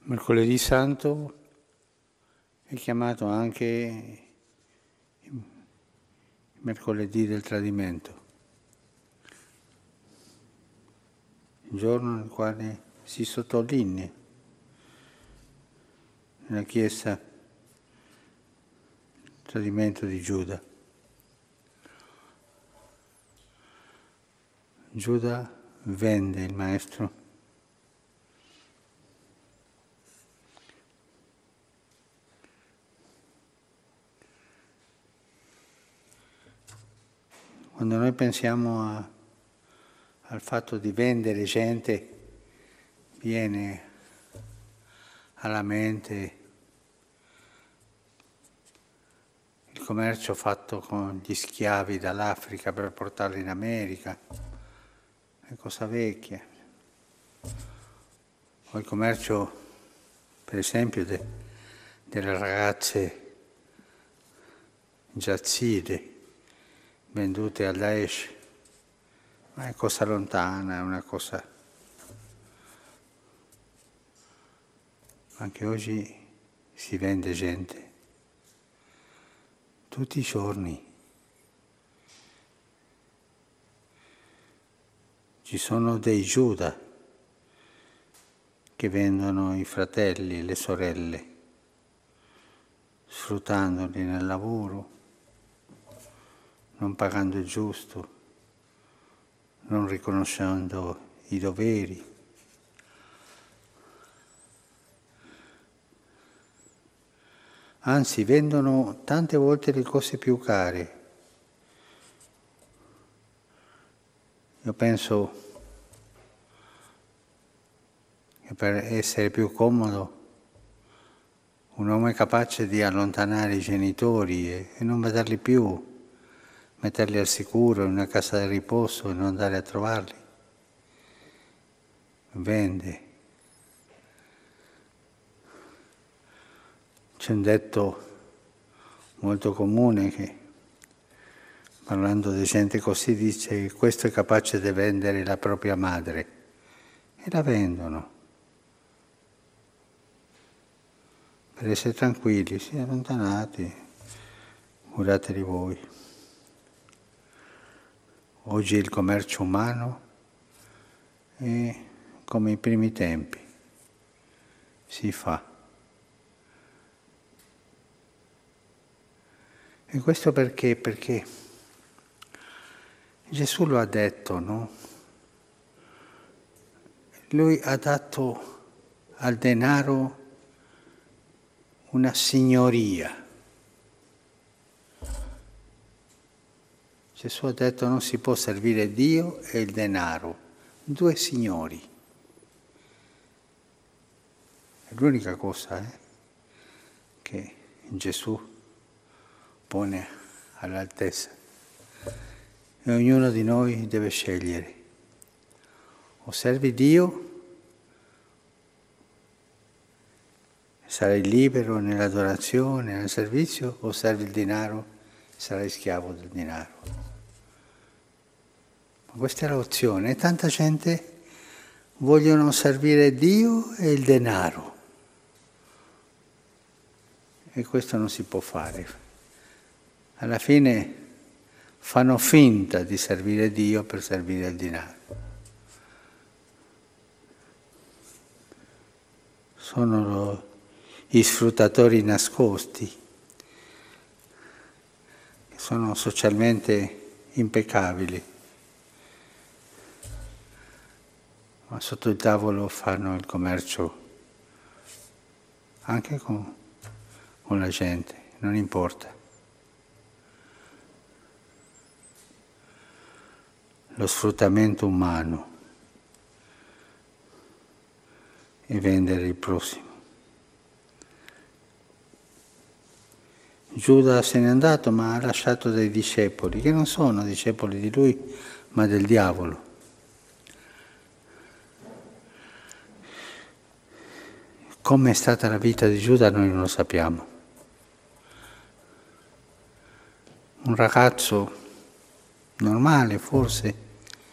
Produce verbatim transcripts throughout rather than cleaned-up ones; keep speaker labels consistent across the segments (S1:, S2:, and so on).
S1: Mercoledì Santo è chiamato anche il mercoledì del tradimento, il giorno nel quale si sottolinea nella Chiesa il tradimento di Giuda. Giuda vende il Maestro. Quando noi pensiamo a, al fatto di vendere gente, viene alla mente il commercio fatto con gli schiavi dall'Africa per portarli in America, è cosa vecchia. O il commercio, per esempio, de, delle ragazze giazzide, vendute al Daesh, ma è cosa lontana, è una cosa... Anche oggi si vende gente, tutti i giorni. Ci sono dei Giuda che vendono i fratelli e le sorelle, sfruttandoli nel lavoro, non pagando il giusto, non riconoscendo i doveri. Anzi, vendono tante volte le cose più care. Io penso che per essere più comodo un uomo è capace di allontanare i genitori e, e non vederli più, metterli al sicuro in una casa di riposo e non andare a trovarli. Vende. C'è un detto molto comune che, parlando di gente così, dice che questo è capace di vendere la propria madre. E la vendono. Per essere tranquilli, sì, allontanati, curatevi voi. Oggi il commercio umano è come i primi tempi, si fa. E questo perché? Perché Gesù lo ha detto, no? Lui ha dato al denaro una signoria. Gesù ha detto non si può servire Dio e il denaro, due signori. È l'unica cosa eh, che Gesù pone all'altezza. E ognuno di noi deve scegliere. O servi Dio, sarai libero nell'adorazione, nel servizio, o servi il denaro, sarai schiavo del denaro. Ma questa è l'opzione. E tanta gente vogliono servire Dio e il denaro. E questo non si può fare. Alla fine fanno finta di servire Dio per servire il denaro. Sono gli sfruttatori nascosti, che sono socialmente impeccabili, ma sotto il tavolo fanno il commercio anche con, con la gente, non importa. Lo sfruttamento umano e vendere il prossimo. Giuda se n'è andato, ma ha lasciato dei discepoli, che non sono discepoli di lui, ma del diavolo. Come è stata la vita di Giuda noi non lo sappiamo. Un ragazzo normale forse,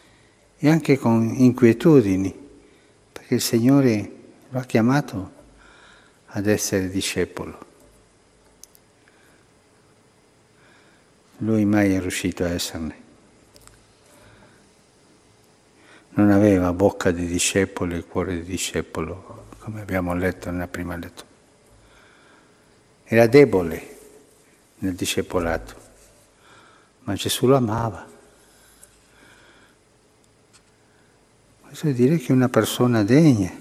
S1: e anche con inquietudini, perché il Signore lo ha chiamato ad essere discepolo. Lui mai è riuscito a esserne. Non aveva bocca di discepolo e cuore di discepolo, come abbiamo letto nella prima lettura. Era debole nel discepolato, ma Gesù lo amava. Questo vuol dire che è una persona degna.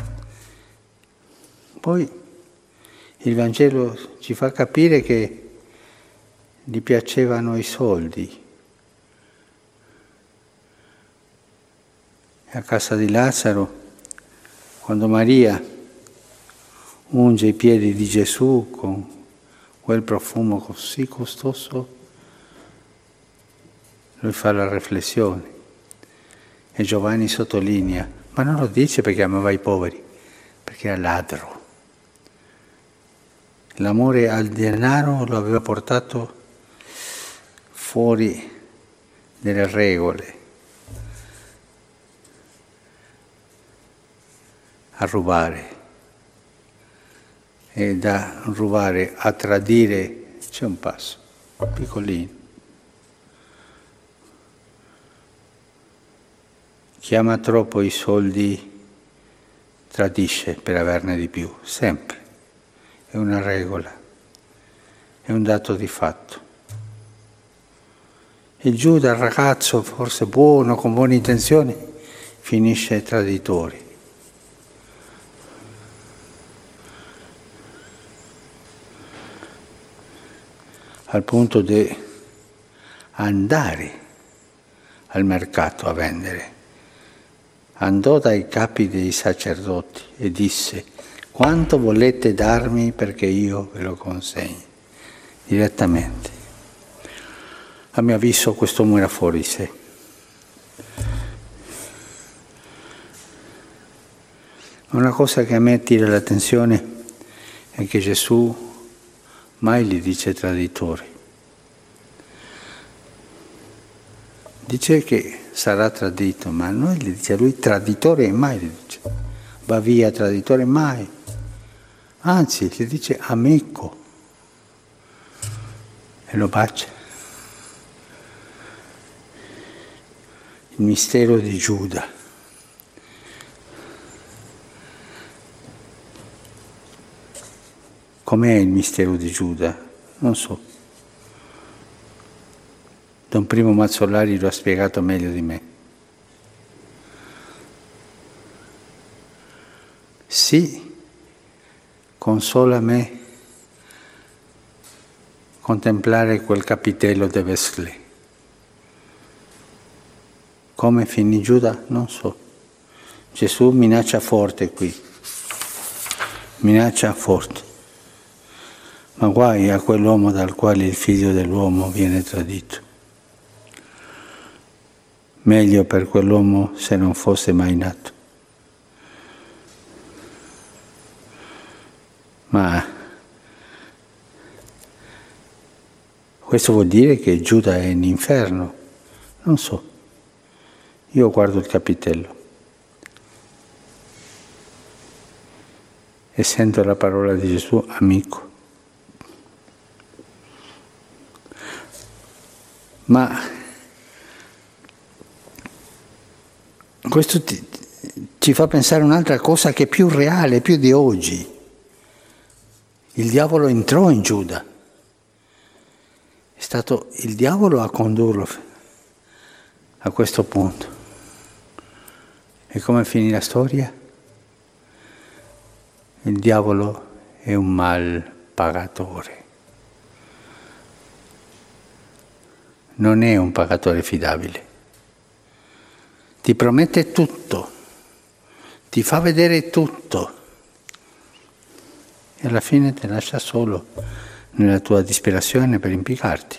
S1: Poi il Vangelo ci fa capire che gli piacevano i soldi. A casa di Lazzaro, quando Maria unge i piedi di Gesù con quel profumo così costoso, lui fa la riflessione e Giovanni sottolinea, ma non lo dice perché amava i poveri, perché era ladro. L'amore al denaro lo aveva portato fuori delle regole, a rubare, e da rubare a tradire c'è un passo, piccolino. Chi ama troppo i soldi tradisce per averne di più, sempre. È una regola, è un dato di fatto. Il Giuda, il ragazzo, forse buono, con buone intenzioni, finisce traditore. Al punto di andare al mercato a vendere. Andò dai capi dei sacerdoti e disse: quanto volete darmi perché io ve lo consegni? Direttamente. A mio avviso quest'uomo era fuori di sé. Una cosa che a me attira l'attenzione è che Gesù mai gli dice traditore. Dice che sarà tradito, ma noi gli dice a lui traditore mai gli dice. Va via traditore mai. Anzi, gli dice amico. E lo bacia. Il mistero di Giuda. Com'è il mistero di Giuda? Non so. Don Primo Mazzolari lo ha spiegato meglio di me. Sì, consola me contemplare quel capitello di Wesley. Come finì Giuda? Non so. Gesù minaccia forte qui. Minaccia forte. Ma guai a quell'uomo dal quale il figlio dell'uomo viene tradito. Meglio per quell'uomo se non fosse mai nato. Ma questo vuol dire che Giuda è in inferno? Non so. Io guardo il capitello e sento la parola di Gesù, amico. Ma questo ti, ci fa pensare un'altra cosa che è più reale, più di oggi. Il diavolo entrò in Giuda. È stato il diavolo a condurlo a questo punto. E come finì la storia? Il diavolo è un mal pagatore. Non è un pagatore fidabile. Ti promette tutto, ti fa vedere tutto e alla fine ti lascia solo nella tua disperazione per impiccarti.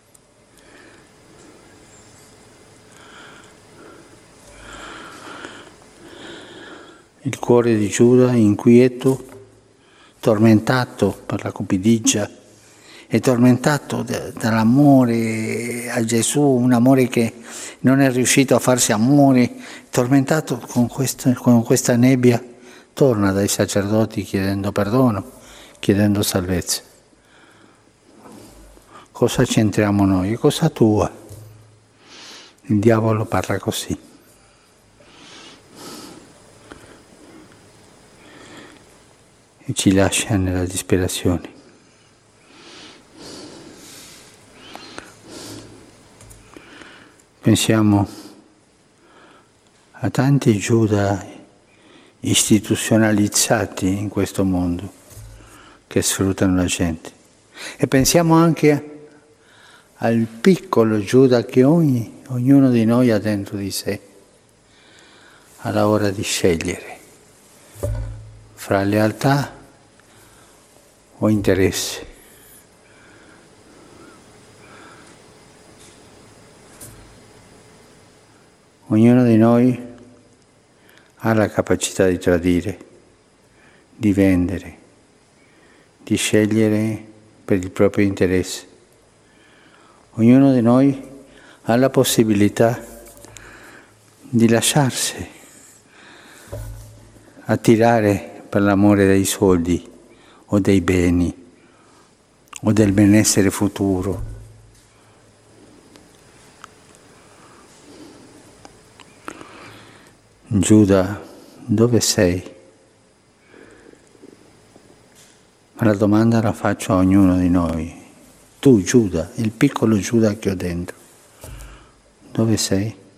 S1: Il cuore di Giuda, inquieto, tormentato per la cupidigia, è tormentato dall'amore a Gesù, un amore che non è riuscito a farsi amore, tormentato con questa, con questa nebbia torna dai sacerdoti chiedendo perdono, chiedendo salvezza. Cosa c'entriamo noi? È cosa tua. Il diavolo parla così. E ci lascia nella disperazione. Pensiamo a tanti Giuda istituzionalizzati in questo mondo che sfruttano la gente. E pensiamo anche al piccolo Giuda che ogni, ognuno di noi ha dentro di sé, alla ora di scegliere fra lealtà o interesse. Ognuno di noi ha la capacità di tradire, di vendere, di scegliere per il proprio interesse. Ognuno di noi ha la possibilità di lasciarsi attirare per l'amore dei soldi o dei beni o del benessere futuro. Giuda, dove sei? Ma la domanda la faccio a ognuno di noi. Tu, Giuda, il piccolo Giuda che ho dentro, dove sei?